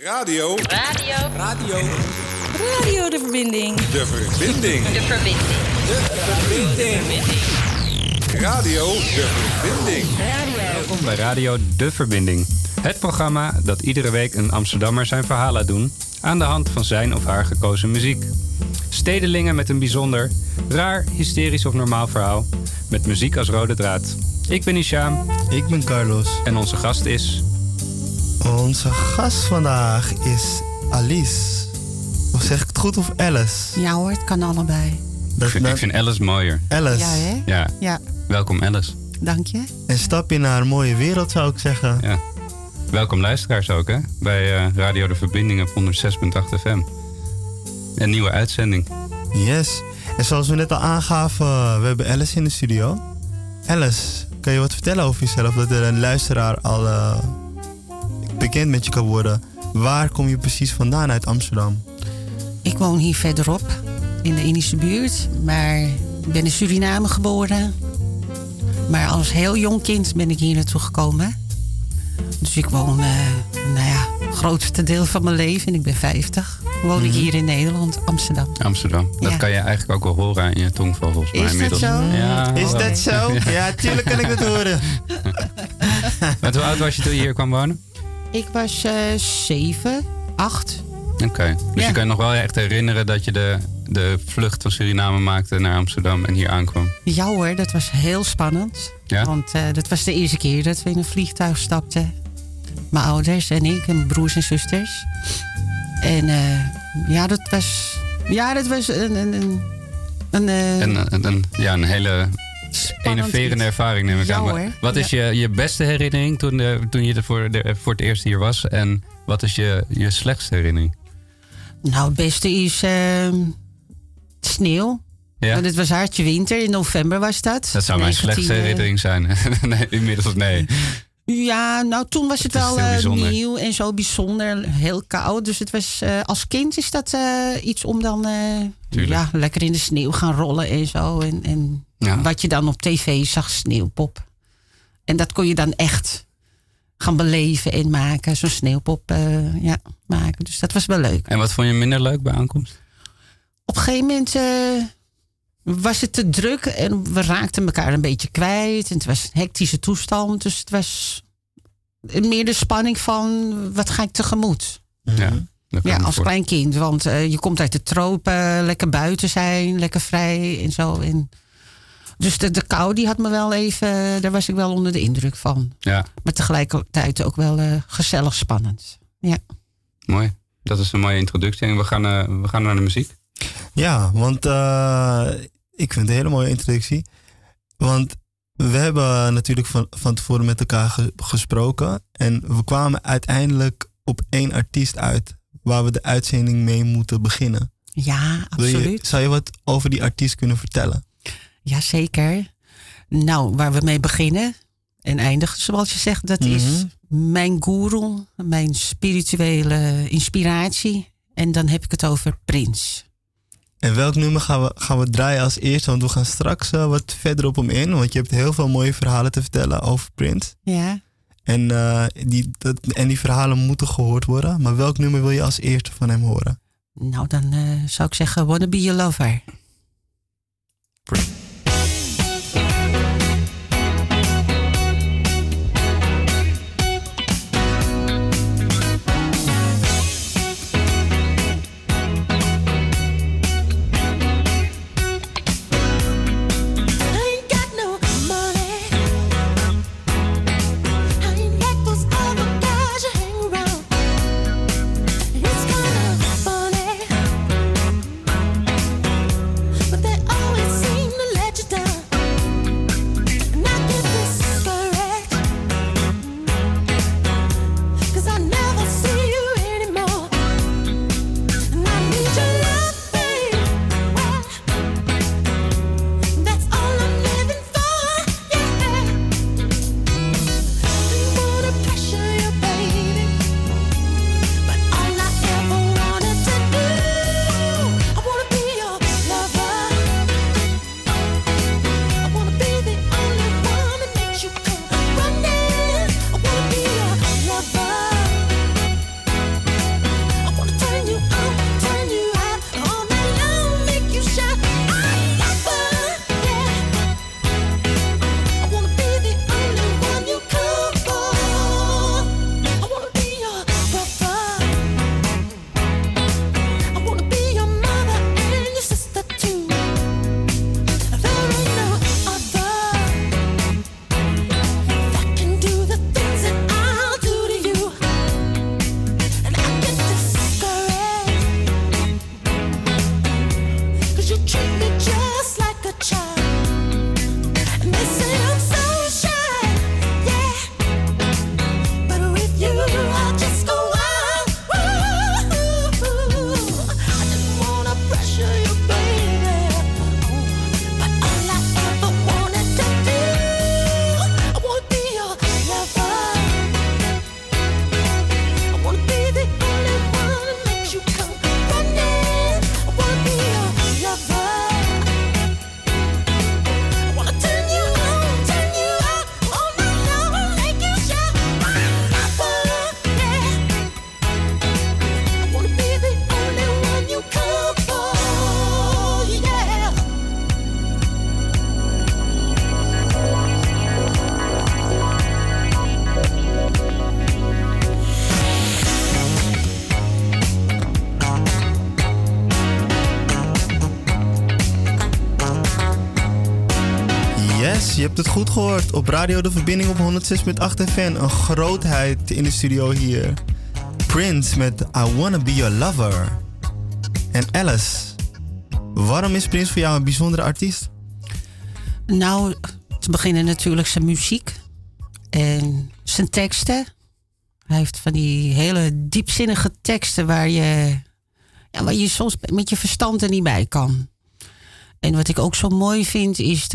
Radio de verbinding. De verbinding. De verbinding. De verbinding. Radio de verbinding. Welkom bij Radio de Verbinding. Het programma dat iedere week een Amsterdammer zijn verhaal laat doen aan de hand van zijn of haar gekozen muziek. Stedelingen met een bijzonder, raar, hysterisch of normaal verhaal met muziek als rode draad. Ik ben Isham. Ik ben Carlos. En onze gast is... Onze gast vandaag is Alice. Of zeg ik het goed of Alice? Ja hoor, het kan allebei. Ik vind Alice mooier. Alice. Ja, hè? Ja. Welkom Alice. Dank je. Een stapje naar een mooie wereld zou ik zeggen. Ja. Welkom luisteraars ook hè, bij Radio de Verbinding op 106.8 FM. Een nieuwe uitzending. Yes. En zoals we net al aangaven, we hebben Alice in de studio. Alice, kan je wat vertellen over jezelf? Dat er een luisteraar al bekend met je kan worden. Waar kom je precies vandaan uit Amsterdam? Ik woon hier verderop, in de Indische buurt. Maar ik ben in Suriname geboren. Maar als heel jong kind ben ik hier naartoe gekomen. Dus ik woon, het grootste deel van mijn leven, en ik ben 50, woon ik hier in Nederland, Amsterdam. Amsterdam. Dat kan je eigenlijk ook wel horen in je tongval volgens mij. Is dat zo? Ja, is dat zo? Ja, tuurlijk kan ik dat horen. Maar hoe oud was je toen je hier kwam wonen? Ik was 7, 8. Oké. Dus je kan je nog wel echt herinneren dat je de vlucht van Suriname maakte naar Amsterdam en hier aankwam? Ja hoor, dat was heel spannend. Ja? Want dat was de eerste keer dat we in een vliegtuig stapten. Mijn ouders en ik en mijn broers en zusters. En dat was een hele enerverende ervaring, neem ik aan. Wat is je beste herinnering toen je voor het eerst hier was? En wat is je slechtste herinnering? Nou, het beste is sneeuw. Ja? Want het was hartje winter, in november was dat. Dat zou mijn slechtste herinnering zijn. Nee, inmiddels nee. Ja, nou toen was het wel nieuw en zo bijzonder, heel koud. Dus het was, als kind is dat iets om dan lekker in de sneeuw gaan rollen en zo. En wat je dan op tv zag, sneeuwpop. En dat kon je dan echt gaan beleven en maken. Zo'n sneeuwpop maken. Dus dat was wel leuk. En wat vond je minder leuk bij aankomst? Op een gegeven moment was het te druk en we raakten elkaar een beetje kwijt. En het was een hectische toestand. Dus het was meer de spanning van wat ga ik tegemoet. Ja, als klein kind. Want je komt uit de tropen, lekker buiten zijn, lekker vrij en zo. Dus de kou die had me wel even, daar was ik wel onder de indruk van. Ja. Maar tegelijkertijd ook wel gezellig spannend. Ja. Mooi. Dat is een mooie introductie. En we gaan naar de muziek. Ja, want ik vind het een hele mooie introductie. Want we hebben natuurlijk van tevoren met elkaar gesproken. En we kwamen uiteindelijk op 1 artiest uit waar we de uitzending mee moeten beginnen. Ja, absoluut. Zou je wat over die artiest kunnen vertellen? Jazeker. Nou, waar we mee beginnen en eindigen, zoals je zegt, dat is mijn goeroe, mijn spirituele inspiratie. En dan heb ik het over Prince. En welk nummer gaan we draaien als eerste? Want we gaan straks wat verder op hem in. Want je hebt heel veel mooie verhalen te vertellen over Prince. Ja. En die verhalen moeten gehoord worden. Maar welk nummer wil je als eerste van hem horen? Nou, dan zou ik zeggen Wanna Be Your Lover. But they always seem to je hebt het goed gehoord. Op Radio De Verbinding op 106.8 FM. Een grootheid in de studio hier. Prince met I Wanna Be Your Lover. En Alice, waarom is Prince voor jou een bijzondere artiest? Nou, te beginnen natuurlijk zijn muziek. En zijn teksten. Hij heeft van die hele diepzinnige teksten waar je soms met je verstand er niet bij kan. En wat ik ook zo mooi vind is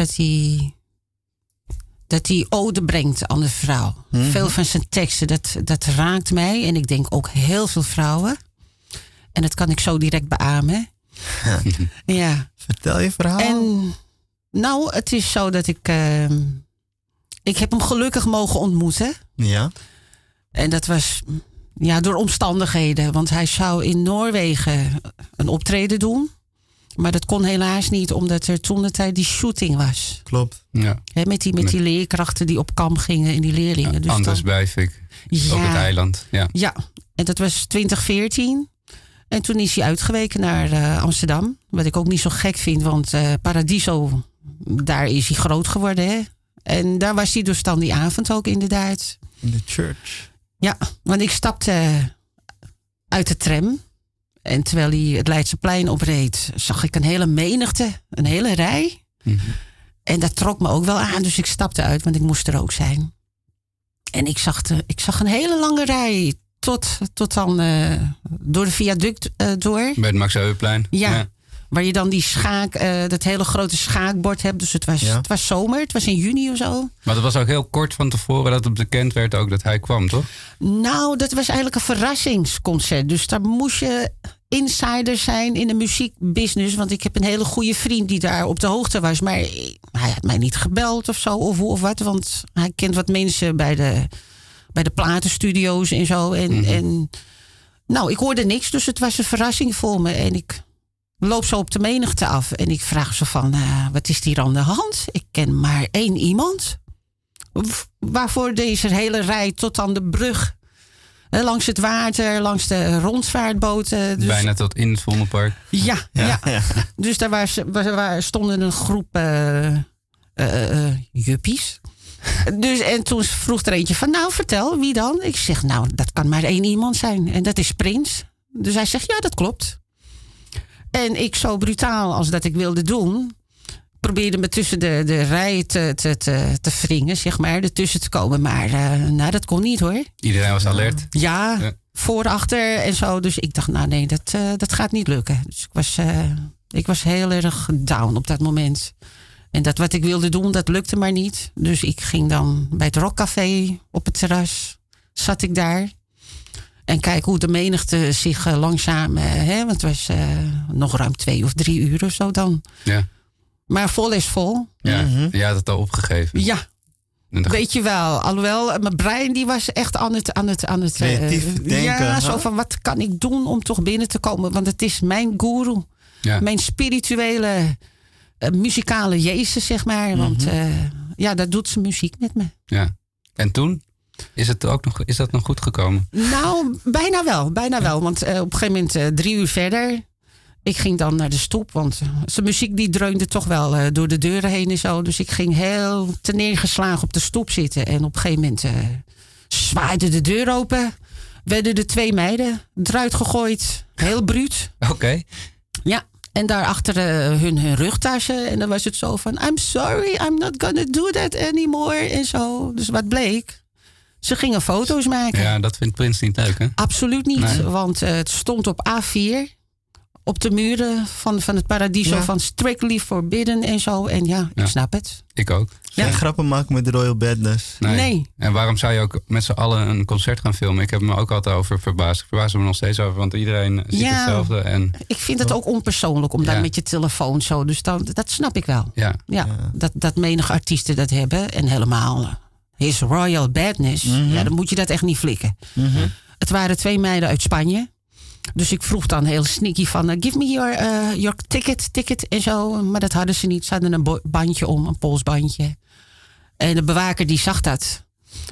dat hij ode brengt aan de vrouw. Mm-hmm. Veel van zijn teksten, dat raakt mij. En ik denk ook heel veel vrouwen. En dat kan ik zo direct beamen. Ja. Vertel je verhaal. En nou, het is zo dat ik heb hem gelukkig mogen ontmoeten. Ja. En dat was door omstandigheden. Want hij zou in Noorwegen een optreden doen. Maar dat kon helaas niet, omdat er toen de tijd die shooting was. Klopt. Ja. Met die leerkrachten die op kamp gingen en die leerlingen. Ja, dus Anders Breivik op het eiland. Ja, en dat was 2014. En toen is hij uitgeweken naar Amsterdam. Wat ik ook niet zo gek vind, want Paradiso, daar is hij groot geworden. Hè? En daar was hij dus dan die avond ook inderdaad. In de church. Ja, want ik stapte uit de tram. En terwijl hij het Leidseplein opreed, zag ik een hele menigte, een hele rij. Mm-hmm. En dat trok me ook wel aan, dus ik stapte uit, want ik moest er ook zijn. En ik zag een hele lange rij tot dan door de viaduct door. Bij het Max Euweplein. Ja, waar je dan dat hele grote schaakbord hebt. Dus het was zomer, het was in juni of zo. Maar dat was ook heel kort van tevoren dat het bekend werd ook dat hij kwam, toch? Nou, dat was eigenlijk een verrassingsconcert. Dus daar moest je insider zijn in de muziekbusiness. Want ik heb een hele goede vriend die daar op de hoogte was. Maar hij had mij niet gebeld of zo of wat. Want hij kent wat mensen bij de platenstudio's en zo. En nou, ik hoorde niks. Dus het was een verrassing voor me. En ik loop zo op de menigte af. En ik vraag zo van, wat is hier aan de hand? Ik ken maar 1 iemand. Waarvoor deze hele rij tot aan de brug. Langs het water, langs de rondvaartboten. Dus bijna tot in het Vondelpark. Ja. Dus daar stonden een groep juppies. Dus, en toen vroeg er eentje van, nou vertel, wie dan? Ik zeg, nou, dat kan maar 1 iemand zijn. En dat is Prince. Dus hij zegt, ja, dat klopt. En ik zo brutaal als dat ik wilde doen, probeerde me tussen de rij te wringen, zeg maar, ertussen te komen. Maar dat kon niet hoor. Iedereen was alert. Ja, voor, achter en zo. Dus ik dacht, nou nee, dat gaat niet lukken. Dus ik was heel erg down op dat moment. En dat wat ik wilde doen, dat lukte maar niet. Dus ik ging dan bij het Rockcafé op het terras. Zat ik daar. En kijk hoe de menigte zich langzaam... want het was nog ruim 2 of 3 uur of zo dan. Ja. Maar vol is vol. Ja, je had het al opgegeven. Ja, weet je wel. Alhoewel, mijn brein die was echt aan het creatief denken. Ja, zo van wat kan ik doen om toch binnen te komen. Want het is mijn guru. Ja. Mijn spirituele, muzikale Jezus, zeg maar. Want dat doet zijn muziek met me. Ja. En toen? Is dat nog goed gekomen? Nou, bijna wel. Want op een gegeven moment 3 uur verder. Ik ging dan naar de stoep. Want zijn muziek die dreunde toch wel door de deuren heen en zo. Dus ik ging heel neergeslagen op de stoep zitten. En op een gegeven moment zwaaide de deur open. Werden er 2 meiden eruit gegooid. Heel bruut. Oké. Ja. En daarachter hun rugtassen. En dan was het zo van, I'm sorry, I'm not gonna do that anymore. En zo. Dus wat bleek? Ze gingen foto's maken. Ja, dat vindt Prince niet leuk, hè? Absoluut niet, nee. Want het stond op A4. Op de muren van het Paradiso van Strictly Forbidden en zo. En ik snap het. Ik ook. Geen grappen maken met de Royal Badness. Nee. En waarom zou je ook met z'n allen een concert gaan filmen? Ik heb me ook altijd over verbaasd. Ik verbaas me nog steeds over, want iedereen ziet hetzelfde. En ik vind het ook onpersoonlijk om daar met je telefoon zo. Dus dat snap ik wel. Ja. Dat menige artiesten dat hebben. En helemaal His Royal Badness. Ja, dan moet je dat echt niet flikken. Het waren 2 meiden uit Spanje. Dus ik vroeg dan heel sneaky van, give me your ticket en zo. Maar dat hadden ze niet. Ze hadden een bandje om, een polsbandje. En de bewaker die zag dat.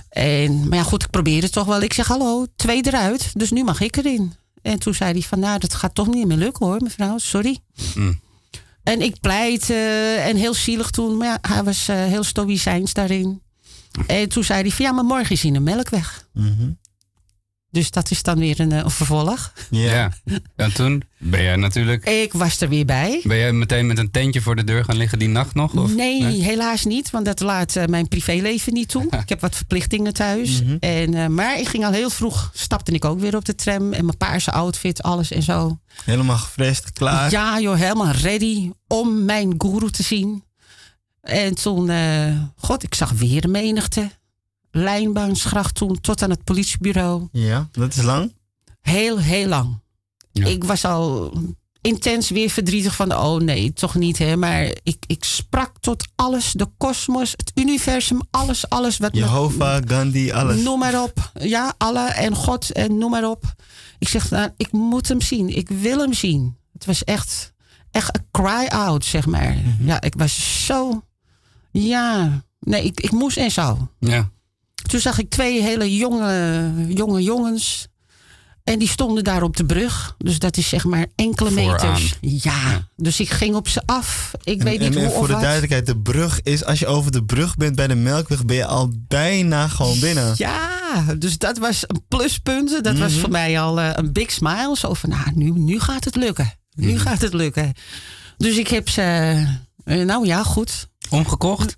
Maar ja, goed, ik probeerde het toch wel. Ik zeg, hallo, 2 eruit, dus nu mag ik erin. En toen zei hij van, nou, dat gaat toch niet meer lukken hoor, mevrouw, sorry. En ik pleitte en heel zielig toen. Maar ja, hij was heel stoïcijns daarin. En toen zei hij van ja, maar morgen is hij in de Melkweg. Mhm. Dus dat is dan weer een vervolg. Ja. En toen ben jij natuurlijk... Ik was er weer bij. Ben jij meteen met een tentje voor de deur gaan liggen die nacht nog? Of? Nee, helaas niet. Want dat laat mijn privéleven niet toe. Ik heb wat verplichtingen thuis. Mhm. Maar ik ging al heel vroeg. Stapte ik ook weer op de tram. En mijn paarse outfit, alles en zo. Helemaal gefresht, klaar. Ja joh, helemaal ready om mijn guru te zien. En toen, ik zag weer een menigte. Lijnbaansgracht toen tot aan het politiebureau. Ja, dat is lang. Heel, heel lang. Ja. Ik was al intens weer verdrietig van... oh nee, toch niet hè. Maar ik sprak tot alles. De kosmos, het universum, alles wat... Jehovah, Gandhi, alles. Noem maar op. Ja, Allah en God en noem maar op. Ik zeg, nou, ik moet hem zien. Ik wil hem zien. Het was echt een cry-out, zeg maar. Ja, ik was zo... Ja, nee, ik moest en zo. Ja. Toen zag ik 2 hele jonge jongens. En die stonden daar op de brug. Dus dat is zeg maar enkele meters. Ja, dus ik ging op ze af. Ik weet niet hoe of voor de wat. duidelijkheid, de brug is... als je over de brug bent bij de Melkweg... ben je al bijna gewoon binnen. Ja, dus dat was een pluspunt. Dat was voor mij al een big smile. Zo van, nou, nu gaat het lukken. Nu gaat het lukken. Dus ik heb ze... nou ja, goed. Omgekocht?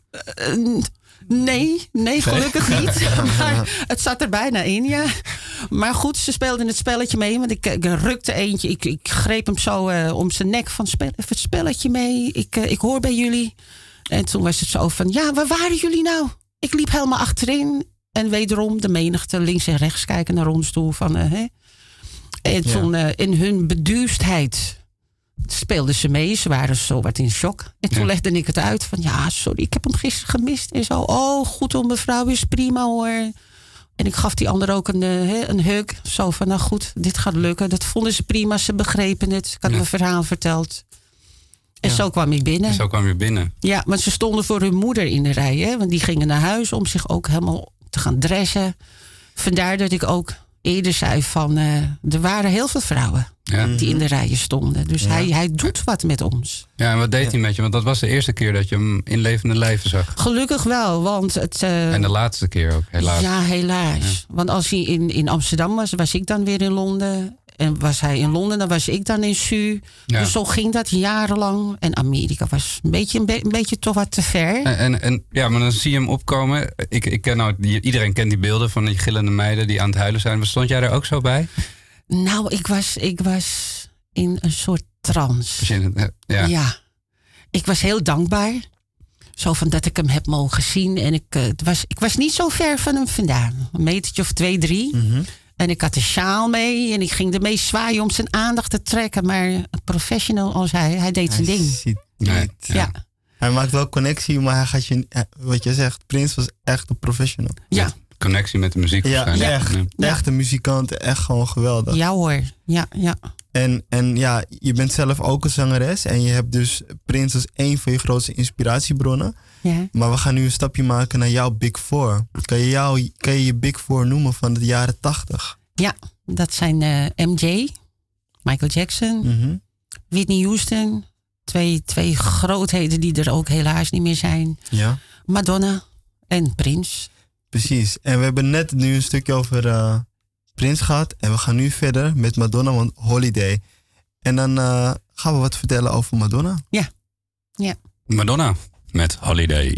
Nee, gelukkig niet. Maar het zat er bijna in, ja. Maar goed, ze speelden het spelletje mee. Want ik rukte eentje. Ik greep hem zo om zijn nek van speel even het spelletje mee. Ik hoor bij jullie. En toen was het zo van, ja, waar waren jullie nou? Ik liep helemaal achterin. En wederom de menigte links en rechts kijken naar ons toe. Van, hè. En toen in hun beduustheid... speelden ze mee, ze waren zo wat in shock. En toen legde ik het uit van, ja, sorry, ik heb hem gisteren gemist en zo. Oh, goed om mevrouw, is prima hoor. En ik gaf die ander ook een hug. Zo van, nou goed, dit gaat lukken. Dat vonden ze prima, ze begrepen het. Ik had mijn verhaal verteld. En zo kwam ik binnen. Ja, want ze stonden voor hun moeder in de rij. Hè? Want die gingen naar huis om zich ook helemaal te gaan dressen. Vandaar dat ik ook eerder zei van... er waren heel veel vrouwen die in de rijen stonden. Dus hij doet wat met ons. Ja, en wat deed hij met je? Want dat was de eerste keer dat je hem in levende lijven zag. Gelukkig wel, want het... en de laatste keer ook, helaas. Ja, helaas. Ja. Want als hij in Amsterdam was ik dan weer in Londen. En was hij in Londen, dan was ik dan in Su. Ja. Dus zo ging dat jarenlang. En Amerika was een beetje toch wat te ver. En ja, maar dan zie je hem opkomen. Ik ken iedereen kent die beelden van die gillende meiden die aan het huilen zijn. Stond jij daar ook zo bij? Nou, ik was in een soort trance. Ja. Ik was heel dankbaar. Zo van dat ik hem heb mogen zien. En ik was niet zo ver van hem vandaan. Een metertje of 2, 3. Mm-hmm. En ik had de sjaal mee. En ik ging ermee zwaaien om zijn aandacht te trekken. Maar een professional als hij deed zijn ding. Ja. Hij maakt wel connectie, maar hij gaat je... Wat je zegt, Prins was echt een professional. Ja. Connectie met de muziek waarschijnlijk. Echt een muzikant. Echt gewoon geweldig. Ja hoor. Ja. En ja, je bent zelf ook een zangeres. En je hebt dus Prins als een van je grootste inspiratiebronnen. Ja. Maar we gaan nu een stapje maken naar jouw Big Four. Kan je je Big Four noemen van de jaren 80? Ja, dat zijn MJ, Michael Jackson, Whitney Houston. Twee grootheden die er ook helaas niet meer zijn. Ja. Madonna en Prins. Precies. En we hebben net nu een stukje over Prins gehad. En we gaan nu verder met Madonna, want Holiday. En dan gaan we wat vertellen over Madonna. Ja. Madonna met Holiday.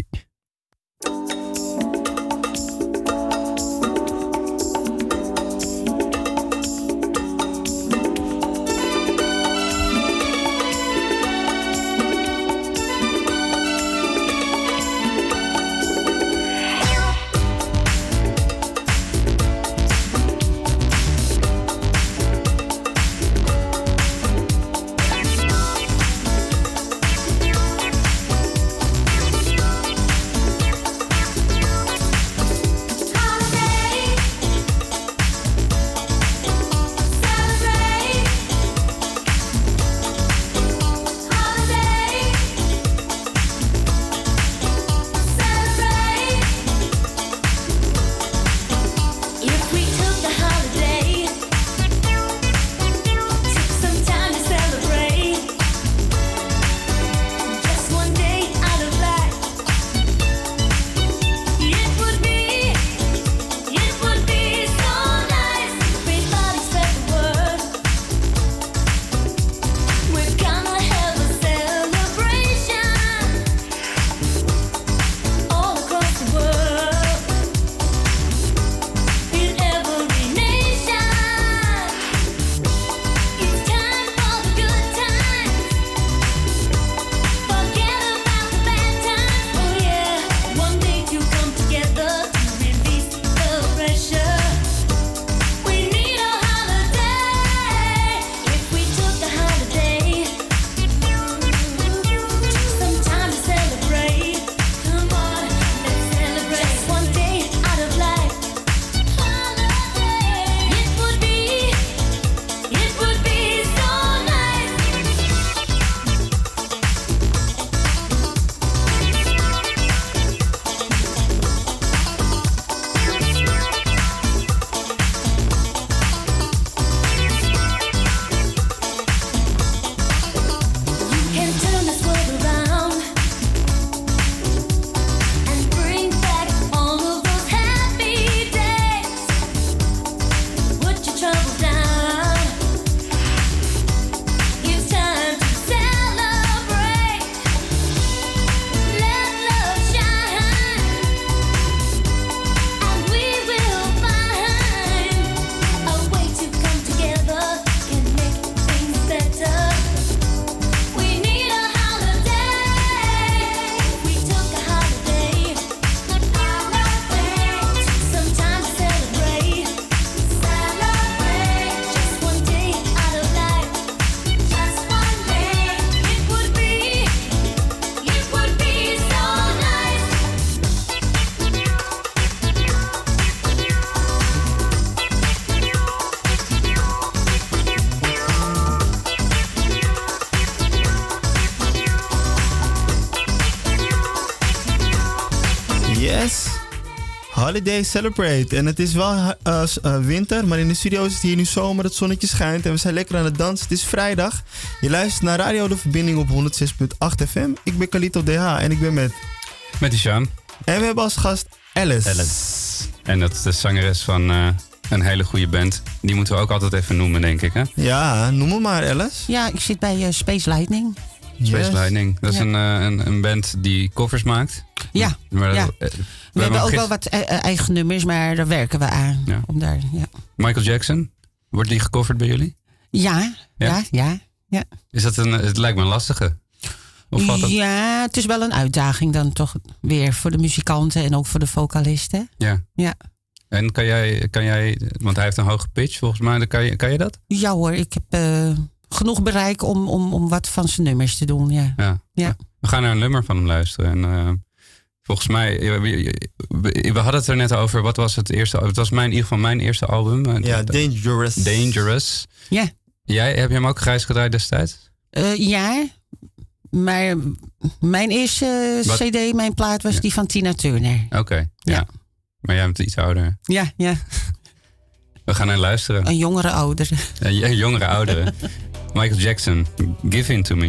Holiday Celebrate. En het is wel winter, maar in de studio is het hier nu zomer. Het zonnetje schijnt en we zijn lekker aan het dansen. Het is vrijdag. Je luistert naar Radio De Verbinding op 106.8 FM. Ik ben Kalito DH en ik ben met Ishaan. En we hebben als gast Alice. En dat is de zangeres van een hele goede band. Die moeten we ook altijd even noemen, denk ik, hè? Ja, noem me maar, Alice. Ja, ik zit bij Space Lightning. Space Lightning. Dat is een band die covers maakt. Ja. Maar we hebben ook wel wat eigen nummers, maar daar werken we aan. Ja. Om daar, Michael Jackson, wordt die gecoverd bij jullie? Ja. Is dat het lijkt me een lastige. Of valt dat? Ja, het is wel een uitdaging dan toch weer voor de muzikanten en ook voor de vocalisten. Ja. En kan jij, want hij heeft een hoge pitch volgens mij, kan je dat? Ja hoor, ik heb genoeg bereik om wat van zijn nummers te doen, ja. We gaan naar een nummer van hem luisteren. En volgens mij, we hadden het er net over, wat was het eerste? Het was in ieder geval mijn eerste album. Ja, Dangerous. Ja. Heb je hem ook grijs gedraaid destijds? Ja, maar mijn eerste cd, mijn plaat was die van Tina Turner. Oké, ja. Maar jij bent iets ouder. Ja. We gaan naar luisteren. Een jongere oudere. Een jongere oudere. Michael Jackson, Give In To Me.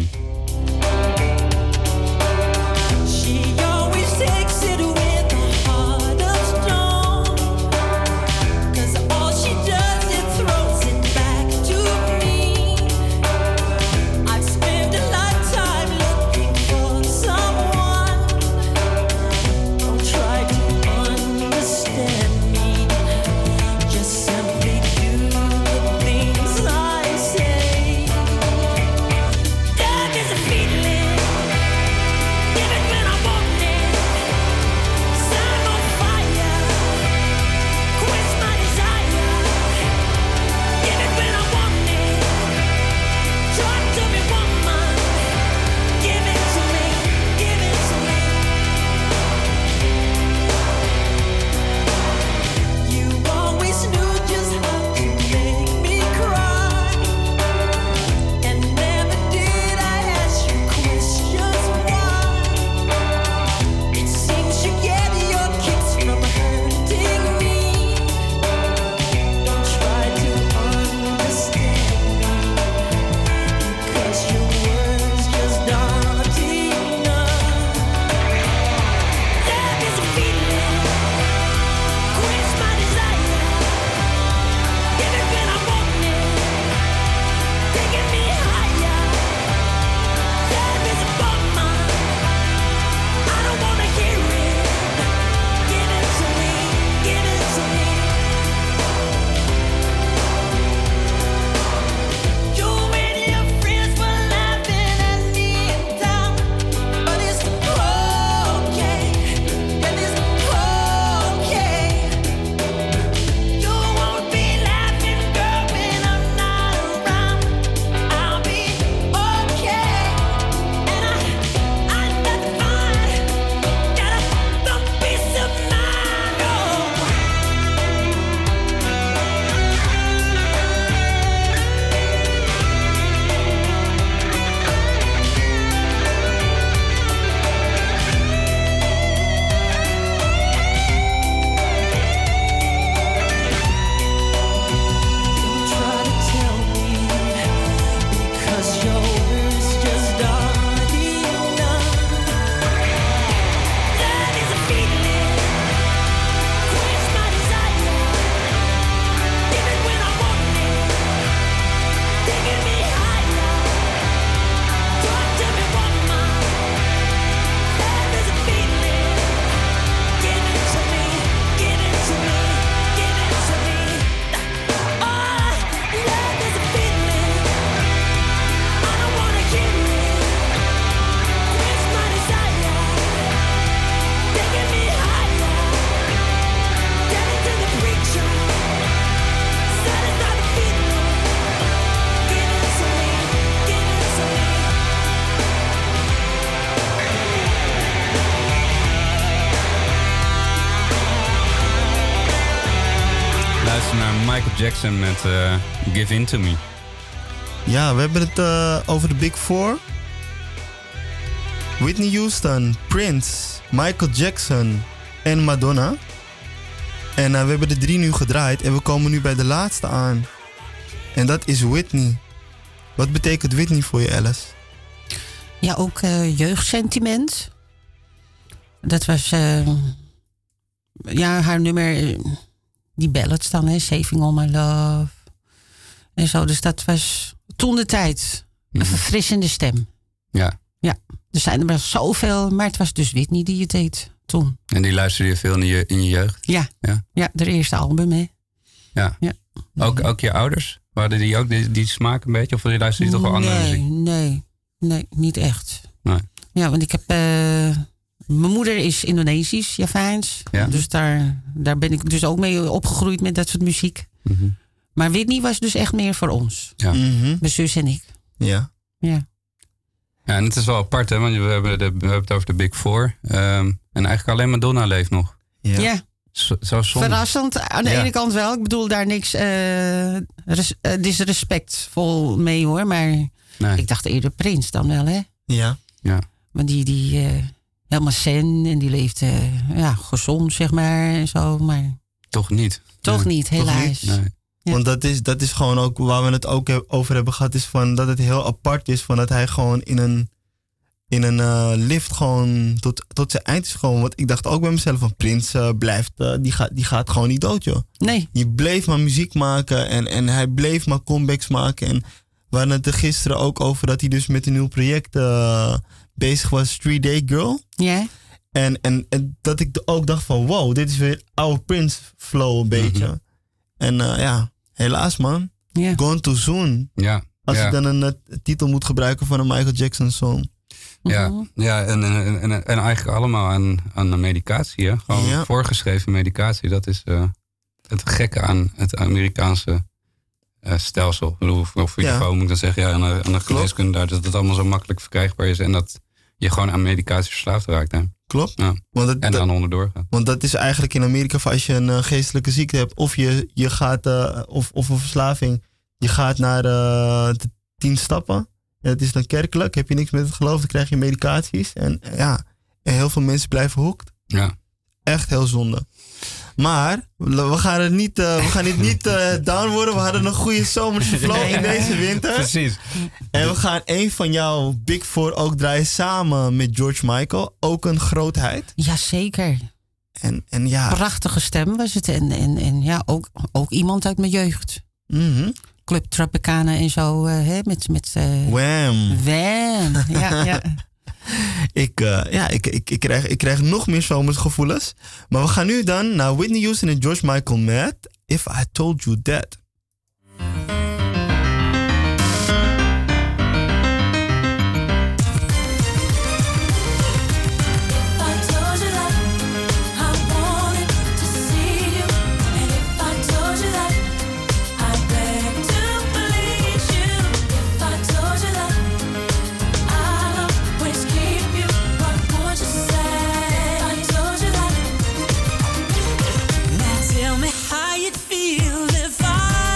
Michael Jackson met Give In To Me. Ja, we hebben het over de Big Four. Whitney Houston, Prince, Michael Jackson en Madonna. En we hebben de 3 nu gedraaid en we komen nu bij de laatste aan. En dat is Whitney. Wat betekent Whitney voor je, Alice? Ja, ook jeugdsentiment. Dat was haar nummer, die ballads dan, hè, Saving All My Love. En zo, dus dat was toen de tijd een verfrissende stem. Ja. Ja, er zijn er wel zoveel, maar het was dus Whitney die het deed toen. En die luisterde je veel in je jeugd? Ja, ja, de eerste album, hè. Ja. Ook je ouders? Hadden die ook die smaak een beetje? Of luisterde je toch wel andere muziek? Nee, niet echt. Nee. Ja, want ik heb... mijn moeder is Indonesisch, Javaans. Ja. Dus daar ben ik dus ook mee opgegroeid met dat soort muziek. Mm-hmm. Maar Whitney was dus echt meer voor ons. Ja. Mijn zus en ik. Ja. Ja. Ja, en het is wel apart, hè? Want we hebben het over de Big Four. En eigenlijk alleen Madonna leeft nog. Ja. Zo zonde. Verrassend aan de ene kant wel. Ik bedoel daar niks disrespectvol mee hoor. Maar ik dacht eerder Prins dan wel, hè? Ja. Maar die helemaal zen en die leeft gezond, zeg maar. En zo, maar toch niet. Toch niet, helaas. Nee. Ja. Want dat is gewoon ook waar we het ook over hebben gehad, is van dat het heel apart is van dat hij gewoon in een lift gewoon tot zijn eind is gewoon. Want ik dacht ook bij mezelf van Prins die gaat gewoon niet dood, joh. Nee. Die bleef maar muziek maken en hij bleef maar comebacks maken. En we hadden het er gisteren ook over dat hij dus met een nieuw project bezig was, 3 Day Girl. Ja. En dat ik ook dacht van wow, dit is weer oude Prince flow een beetje. Mm-hmm. En helaas man. Yeah. Gone too soon. Ja. Als je dan een titel moet gebruiken van een Michael Jackson song. Ja, en eigenlijk allemaal aan medicatie. Hè? Gewoon voorgeschreven medicatie. Dat is het gekke aan het Amerikaanse stelsel. Of moet ik dan zeggen, aan de geneeskunde daar, dat het allemaal zo makkelijk verkrijgbaar is. En dat je gewoon aan medicatie verslaafd raakt. Hè? Klopt. Ja. En dan onderdoor gaat. Want dat is eigenlijk in Amerika, als je een geestelijke ziekte hebt, of je gaat, of een verslaving, je gaat naar de 10 stappen. En het is dan kerkelijk, heb je niks met het geloof, dan krijg je medicaties. En en heel veel mensen blijven hoekt. Ja. Echt heel zonde. Maar we gaan niet down worden. We hadden een goede zomerse flow in deze winter. Precies. En we gaan een van jouw Big Four ook draaien samen met George Michael. Ook een grootheid. Jazeker. En ja. Prachtige stem was het. En ja, ook iemand uit mijn jeugd. Mm-hmm. Club Tropicana en zo. Met Wham. Wham. Ja. Ik krijg nog meer zomersgevoelens. Maar we gaan nu dan naar Whitney Houston en George Michael met If I Told You That. How you'd feel if I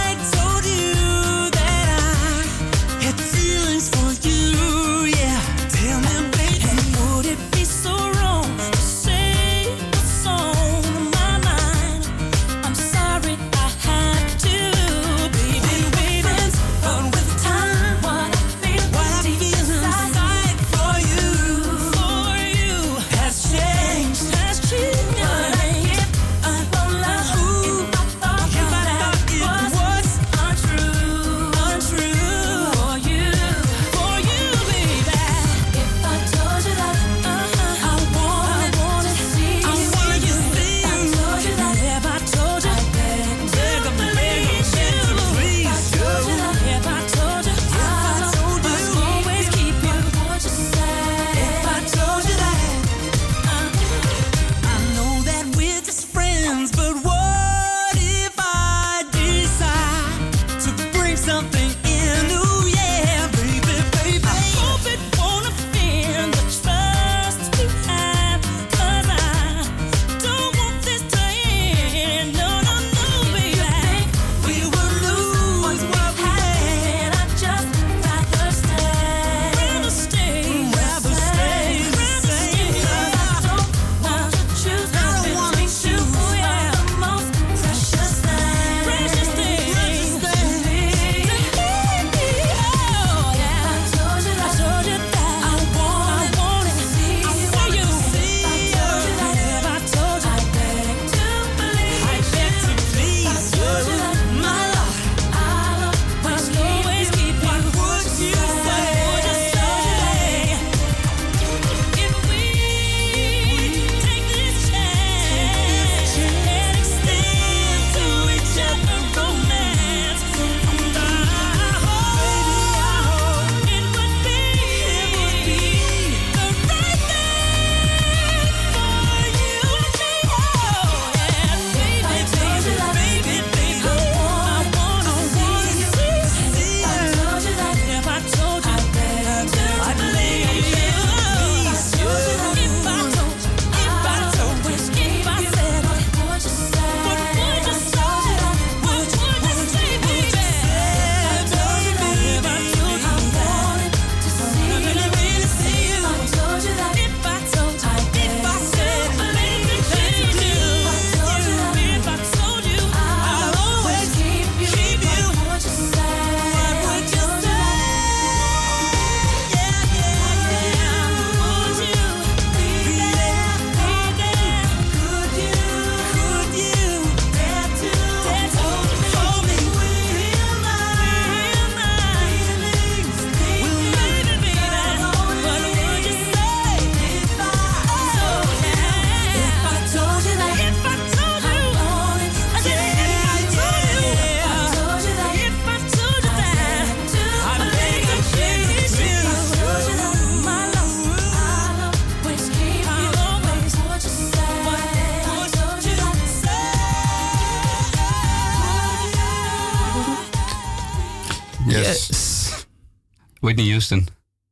Whitney Houston.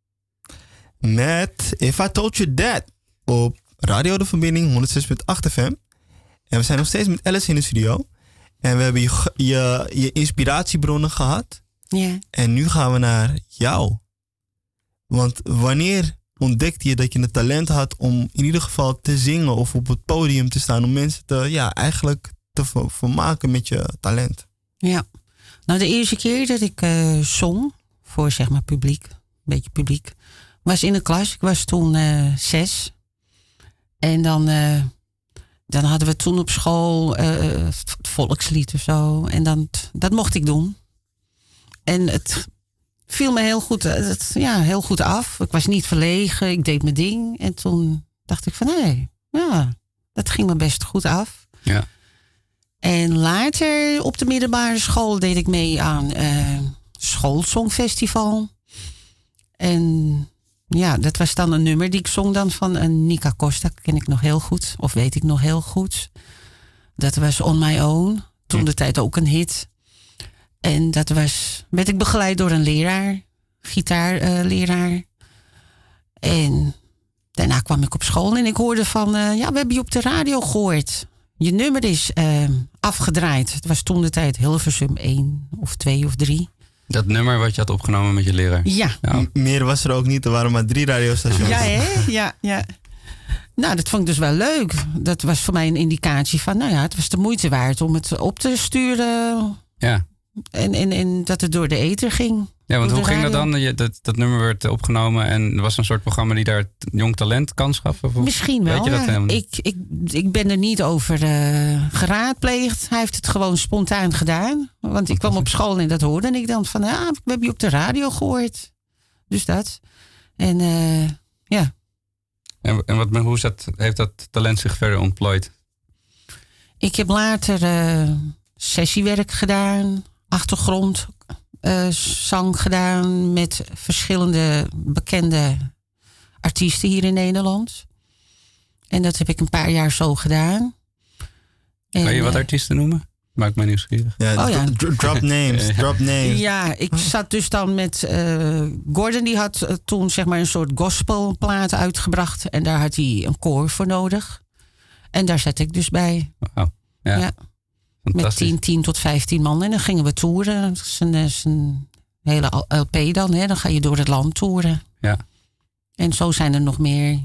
Met If I Told You That op Radio De Verbinding 106.8 FM. En we zijn nog steeds met Alice in de studio. En we hebben je inspiratiebronnen gehad. Ja. En nu gaan we naar jou. Want wanneer ontdekte je dat je het talent had om in ieder geval te zingen of op het podium te staan om mensen eigenlijk te vermaken met je talent? Ja. Nou, de eerste keer dat ik zong voor zeg maar publiek, een beetje publiek, was in de klas. Ik was toen 6. En dan hadden we toen op school het volkslied of zo. En dat mocht ik doen. En het viel me heel goed, heel goed af. Ik was niet verlegen, ik deed mijn ding. En toen dacht ik van, dat ging me best goed af. Ja. En later op de middelbare school deed ik mee aan schoolsongfestival. En ja, dat was dan een nummer die ik zong dan van Nika Costa. Ken ik nog heel goed, of weet ik nog heel goed. Dat was On My Own. Toen de tijd ook een hit. En werd ik begeleid door een leraar, gitaarleraar. En daarna kwam ik op school en ik hoorde van, we hebben je op de radio gehoord. Je nummer is afgedraaid. Het was toen de tijd Hilversum 1 of 2 of 3. Dat nummer wat je had opgenomen met je leraar? Ja. Meer was er ook niet, er waren maar 3 radiostations. Ja, hè? Ja. Nou, dat vond ik dus wel leuk. Dat was voor mij een indicatie van, het was de moeite waard om het op te sturen. Ja. En dat het door de ether ging. Ja, want hoe ging dat dan? Dat nummer werd opgenomen en er was een soort programma die daar jong talent kans gaf? Of misschien wel, weet je dat helemaal niet? Ik ben er niet over geraadpleegd. Hij heeft het gewoon spontaan gedaan. Want ik kwam op school en dat hoorde en ik dan van, we hebben je op de radio gehoord. Dus dat. En ja. En hoe heeft dat talent zich verder ontplooid? Ik heb later sessiewerk gedaan, achtergrond. Zang gedaan met verschillende bekende artiesten hier in Nederland. En dat heb ik een paar jaar zo gedaan. Kan je wat artiesten noemen? Maakt mij nieuwsgierig. Drop names. Ja, ik zat dus dan met Gordon. Die had toen zeg maar een soort gospelplaat uitgebracht. En daar had hij een koor voor nodig. En daar zat ik dus bij. Wauw. Ja. Met 10 tot 15 man. En dan gingen we toeren. Dat is een hele LP dan. Hè. Dan ga je door het land toeren. Ja. En zo zijn er nog meer.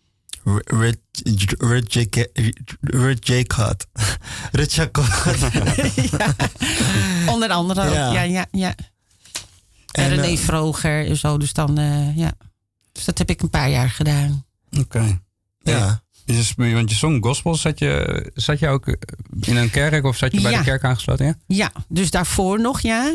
Red Jacob. Onder andere. Ja. En René Vroger en zo. Dus dan, Dus dat heb ik een paar jaar gedaan. Oké. Ja. Want je zong gospel, zat je ook in een kerk of zat je bij de kerk aangesloten? Ja? Ja, dus daarvoor nog, ja.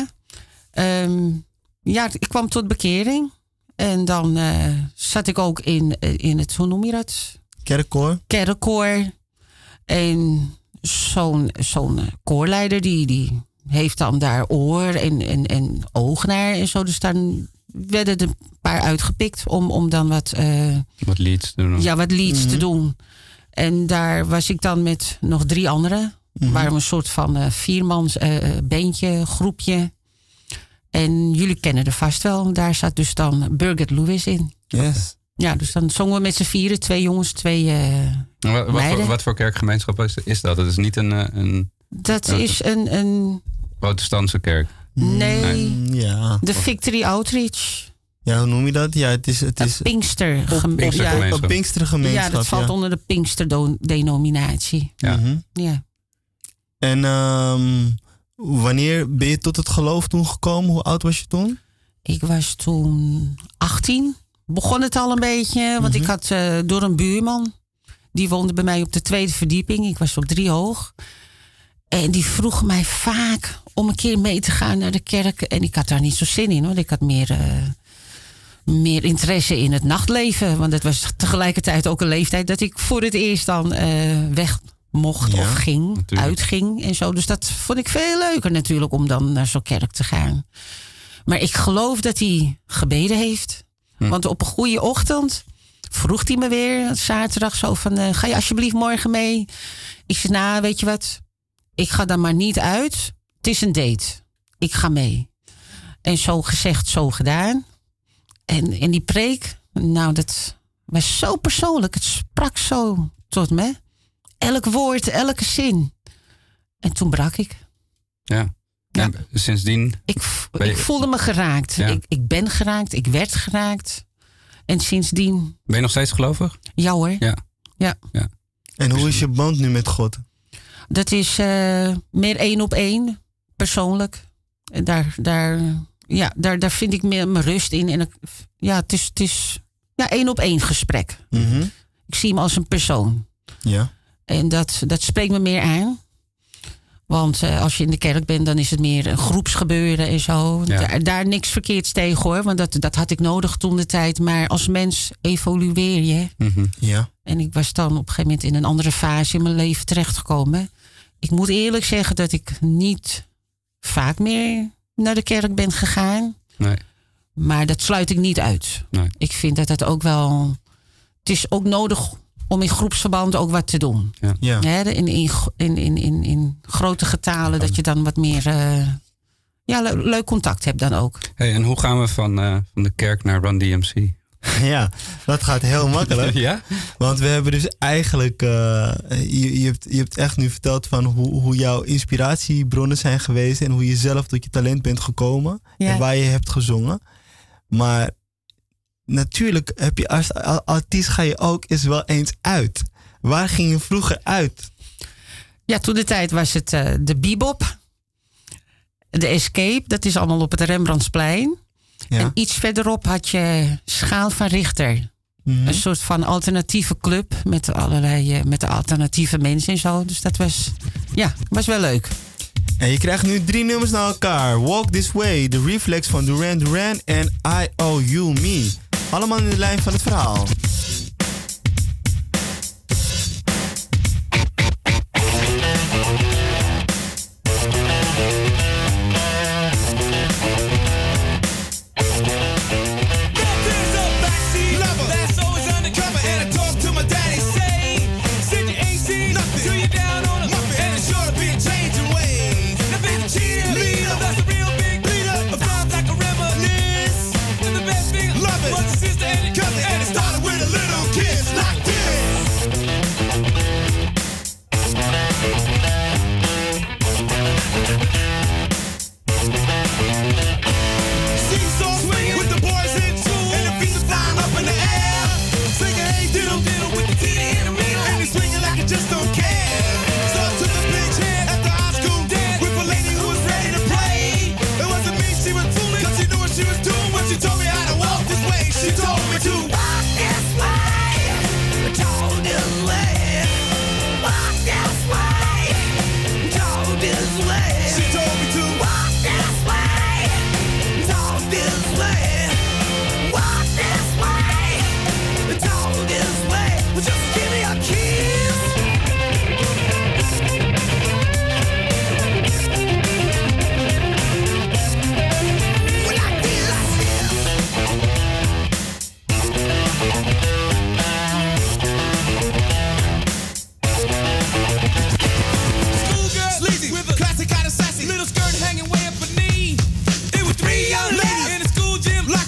Ik kwam tot bekering. En dan zat ik ook in het, hoe noem je dat? Kerkkoor. En zo'n koorleider die heeft dan daar oor en oog naar en zo. Dus dan werden er een paar uitgepikt om dan wat leads te doen. Ja, wat leads te doen. En daar was ik dan met nog 3 anderen. Waren we een soort van 4-mans bandje, groepje. En jullie kennen er vast wel. Daar zat dus dan Birgit Lewis in. Yes. Ja, dus dan zongen we met z'n 4, 2 jongens, 2 meiden. Wat voor kerkgemeenschap is dat? Dat is niet een dat is een protestantse kerk. Nee. Ja. De Victory Outreach. Ja, hoe noem je dat? Ja, het is een Pinkstergemeenschap. Een Pinkstergemeenschap. Ja, dat valt onder de Pinkster-denominatie. Ja. Ja. En wanneer ben je tot het geloof toen gekomen? Hoe oud was je toen? Ik was toen 18. Begon het al een beetje. Want ik had door een buurman. Die woonde bij mij op de 2e verdieping. Ik was op 3 hoog. En die vroeg mij vaak om een keer mee te gaan naar de kerk. En ik had daar niet zo zin in, hoor. Ik had meer interesse in het nachtleven. Want het was tegelijkertijd ook een leeftijd dat ik voor het eerst dan weg mocht of ging, natuurlijk. Uitging en zo. Dus dat vond ik veel leuker natuurlijk om dan naar zo'n kerk te gaan. Maar ik geloof dat hij gebeden heeft. Want op een goede ochtend vroeg hij me weer, zaterdag, zo van, ga je alsjeblieft morgen mee? Ik zei, weet je wat? Ik ga dan maar niet uit. Het is een date. Ik ga mee. En zo gezegd, zo gedaan. En die preek, nou, dat was zo persoonlijk. Het sprak zo tot me. Elk woord, elke zin. En toen brak ik. Ja. En sindsdien... Ik voelde me geraakt. Ja. Ik ben geraakt, ik werd geraakt. En sindsdien... Ben je nog steeds gelovig? Ja hoor. Ja. En hoe is je band nu met God? Dat is meer 1-op-1, persoonlijk. En daar vind ik meer mijn rust in. En het is 1-op-1 gesprek. Mm-hmm. Ik zie hem als een persoon. Ja. En dat spreekt me meer aan. Want als je in de kerk bent, dan is het meer een groepsgebeuren en zo. Ja. Daar niks verkeerds tegen hoor. Want dat had ik nodig toen de tijd. Maar als mens evolueer je. Mm-hmm. Ja. En ik was dan op een gegeven moment in een andere fase in mijn leven terechtgekomen. Ik moet eerlijk zeggen dat ik niet vaak meer naar de kerk ben gegaan. Nee. Maar dat sluit ik niet uit. Nee. Ik vind dat het ook wel... Het is ook nodig om in groepsverband ook wat te doen. Ja. Ja, in grote getalen, dat je dan wat meer leuk contact hebt dan ook. Hey, en hoe gaan we van de kerk naar Run DMC? Ja, dat gaat heel makkelijk. Ja? Want we hebben dus eigenlijk... je hebt echt nu verteld van hoe jouw inspiratiebronnen zijn geweest... en hoe je zelf tot je talent bent gekomen. Ja. En waar je hebt gezongen. Maar natuurlijk heb je als artiest ga je ook eens wel eens uit. Waar ging je vroeger uit? Ja, toen de tijd was het de bebop. De Escape, dat is allemaal op het Rembrandtsplein. Ja. En iets verderop had je Schaal van Richter. Mm-hmm. Een soort van alternatieve club met allerlei met de alternatieve mensen en zo. Dus dat was wel leuk. En je krijgt nu 3 nummers naar elkaar. Walk This Way, The Reflex van Duran Duran en I Owe You Me. Allemaal in de lijn van het verhaal. Little skirt hanging way up her knee. It was 3 young ladies in the school gym.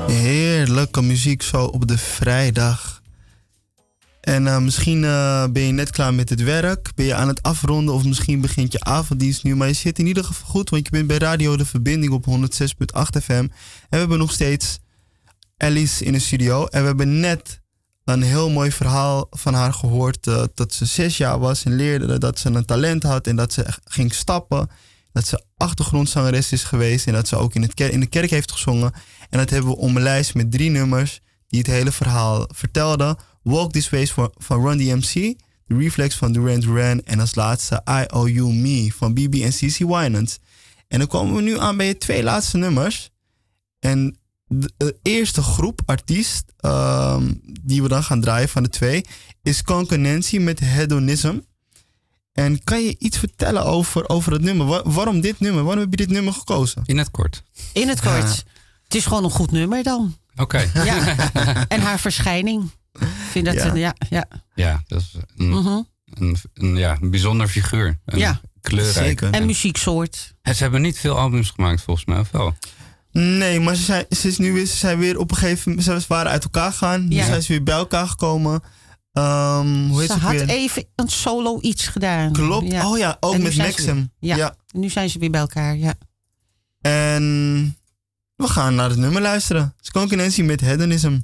Heerlijke muziek zo op de vrijdag. En misschien ben je net klaar met het werk. Ben je aan het afronden of misschien begint je avonddienst nu. Maar je zit in ieder geval goed, want je bent bij Radio De Verbinding op 106.8 FM. En we hebben nog steeds Alice in de studio. En we hebben net een heel mooi verhaal van haar gehoord. Dat ze 6 jaar was en leerde dat ze een talent had. En dat ze ging stappen. Dat ze achtergrondzangeres is geweest. En dat ze ook in de kerk heeft gezongen. En dat hebben we omlijst met 3 nummers die het hele verhaal vertelden. Walk This Way van Run DMC. The Reflex van Duran Duran. En als laatste I Owe You Me van BB en CeCe Winans. En dan komen we nu aan bij je 2 laatste nummers. En de eerste groep artiest die we dan gaan draaien van de 2 is Conker Nancy met Hedonism. En kan je iets vertellen over het nummer? Waarom dit nummer? Waarom heb je dit nummer gekozen? In het kort. In het kort. Ja. Het is gewoon een goed nummer dan. Oké. Ja. En haar verschijning. Ik vind dat Ja, dat is een bijzonder figuur. Kleurrijk. Zeker. En muzieksoort. En ze hebben niet veel albums gemaakt volgens mij, of wel? Nee, maar ze zijn weer op een gegeven moment... Ze waren uit elkaar gegaan. Nu zijn ze weer bij elkaar gekomen. Ze had even een solo iets gedaan. Klopt. Ja. Oh ja, ook met Maxim. Ja. Nu zijn ze weer bij elkaar, ja. En we gaan naar het nummer luisteren. Conker Nancy met Hedonism.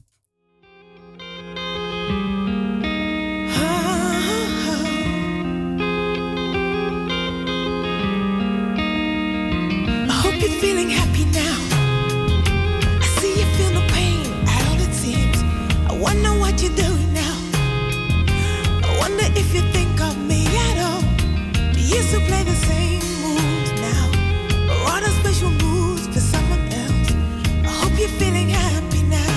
Feeling happy now. I see you feel the pain at all it seems. I wonder what you're doing now. I wonder if you think of me at all. You used to play the same moves now, or on a special moves for someone else. I hope you're feeling happy now.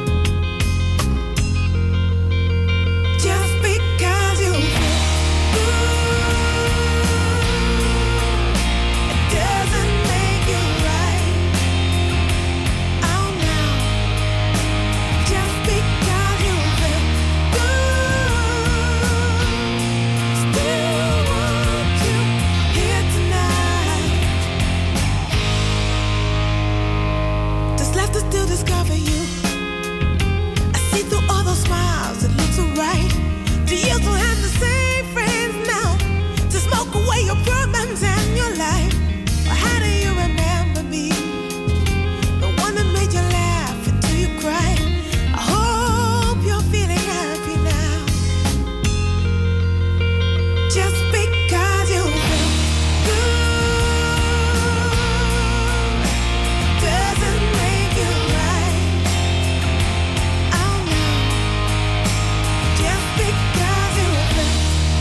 Just because you feel good, it doesn't make you right. Oh no. Just because you feel good, still want you here tonight. Just left us to discover you. I see through all those smiles, it looks so right. Do you still have the same friends now to smoke away your problems and your life? Or how do you remember me? The one that made you laugh until you cried. I hope you're feeling happy now. Just because you feel good doesn't make you right. Oh no. Just because you feel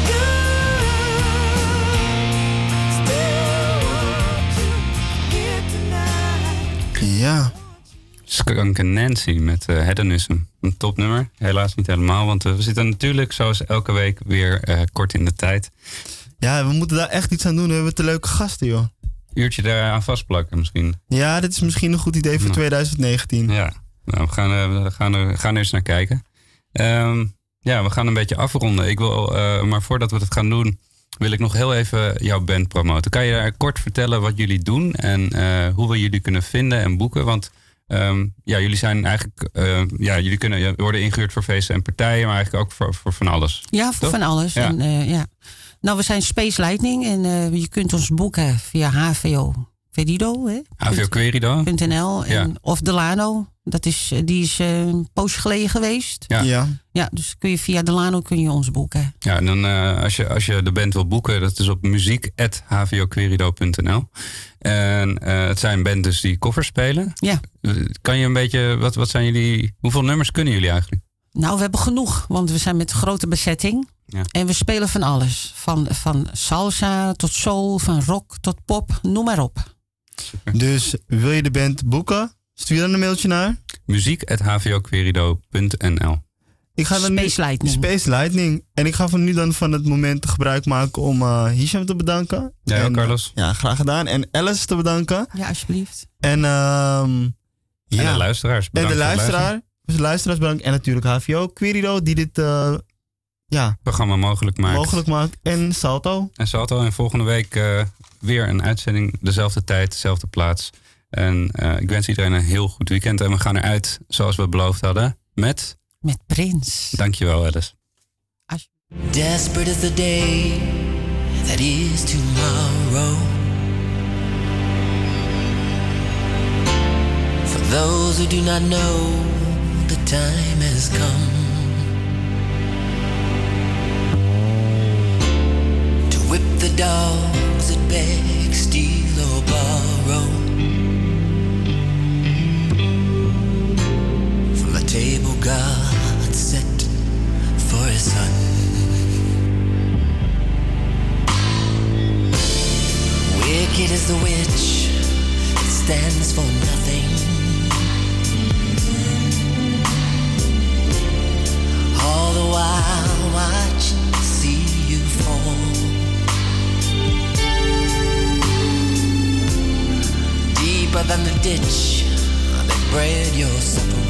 good, still want you here tonight. Ja. Conker Nancy met Hedonism. Een topnummer. Helaas niet helemaal, want we zitten natuurlijk zoals elke week weer kort in de tijd. Ja, we moeten daar echt iets aan doen. We hebben te leuke gasten, joh. Uurtje daar aan vastplakken misschien. Ja, dit is misschien een goed idee voor 2019. Ja, nou, we gaan er eens naar kijken. We gaan een beetje afronden. Ik wil, maar voordat we dat gaan doen, wil ik nog heel even jouw band promoten. Kan je daar kort vertellen wat jullie doen en hoe we jullie kunnen vinden en boeken? Want jullie zijn eigenlijk, jullie kunnen worden ingehuurd voor feesten en partijen, maar eigenlijk ook voor van alles. Ja, voor van alles. Ja. En, Nou, we zijn Space Lightning en je kunt ons boeken via HVO Querido. HVO Querido. .nl of Delano. Die is een poosje geleden geweest. Ja. Ja, dus via Delano kun je ons boeken. Ja, en dan als je de band wil boeken, dat is op muziek@hvoquerido.nl. En het zijn bands die covers spelen. Ja. Kan je een beetje, wat zijn jullie, hoeveel nummers kunnen jullie eigenlijk? Nou, we hebben genoeg, want we zijn met een grote bezetting. Ja. En we spelen van alles. Van salsa tot soul, van rock tot pop, noem maar op. Super. Dus wil je de band boeken? Stuur dan een mailtje naar muziek@hvoquerido.nl. Ik ga dan Space Lightning. En ik ga van het moment gebruik maken om Hisham te bedanken. Ja, en Carlos. Ja, graag gedaan. En Alice te bedanken. Ja, alsjeblieft. En de luisteraars. En de luisteraars bedankt. En natuurlijk HVO Querido die dit programma mogelijk maakt. En Salto. En volgende week weer een uitzending. Dezelfde tijd, dezelfde plaats. En ik wens iedereen een heel goed weekend. En we gaan eruit, zoals we beloofd hadden, met Prins. Dankjewel, Alice. Desperate is the day that is tomorrow. For those who do not know, the time has come to whip the dogs that beg, steal or borrow from the table God set for his son. Wicked is the witch that stands for nothing. All the while watch, see you fall. Deeper than the ditch that bred your separation.